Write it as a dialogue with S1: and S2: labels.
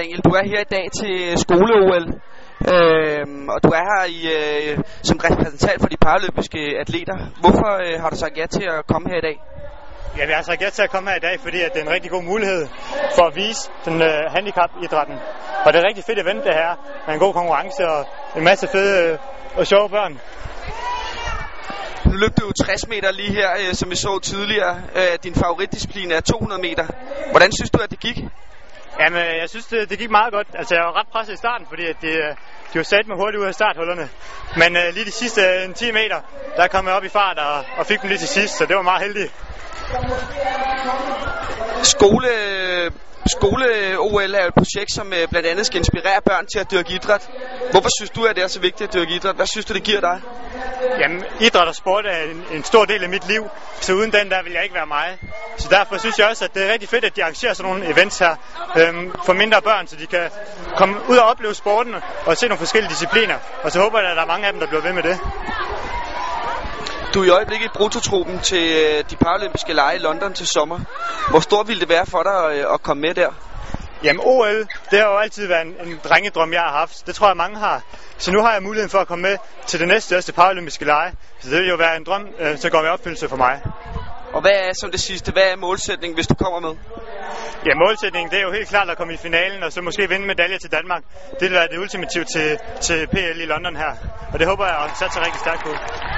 S1: Daniel, du er her i dag til skole-OL, og du er her som repræsentant for de paralympiske atleter. Hvorfor har du sagt ja til at komme her i dag?
S2: Ja, jeg har sagt ja til at komme her i dag, fordi at det er en rigtig god mulighed for at vise den handicap-idrætten. Og det er rigtig fedt event det her, med en god konkurrence og en masse fede og sjove børn.
S1: Nu løb du jo 60 meter lige her, som vi så tidligere. Din favoritdisciplin er 200 meter. Hvordan synes du, at det gik?
S2: Jamen, jeg synes, det gik meget godt. Altså, jeg var ret presset i starten, fordi at de var sat mig hurtigt ud af starthullerne. Men lige de sidste 10 meter, der kom jeg op i fart og fik dem lige til sidst, så det var meget heldigt.
S1: Skole-OL er jo et projekt, som blandt andet skal inspirere børn til at dyrke idræt. Hvorfor synes du, at det er så vigtigt at dyrke idræt? Hvad synes du, det giver dig?
S2: Jamen, idræt og sport er en stor del af mit liv, så uden den der vil jeg ikke være mig. Så derfor synes jeg også, at det er rigtig fedt, at de arrangerer sådan nogle events her for mindre børn, så de kan komme ud og opleve sporten og se nogle forskellige discipliner. Og så håber jeg, at der er mange af dem, der bliver ved med det.
S1: Du er i øjeblikket i brutotruppen til de paralympiske lege i London til sommer. Hvor stort ville det være for dig at komme med der?
S2: Jamen OL, det har jo altid været en drengedrøm, jeg har haft. Det tror jeg, mange har. Så nu har jeg muligheden for at komme med til det næststørste paralympiske lege. Så det vil jo være en drøm, så går i opfyldelse for mig.
S1: Og hvad er som det sidste? Hvad er målsætningen, hvis du kommer med?
S2: Ja, målsætningen det er jo helt klart at komme i finalen, og så måske vinde medalje til Danmark. Det vil være det ultimative til PL i London her. Og det håber jeg at satse rigtig stærkt på.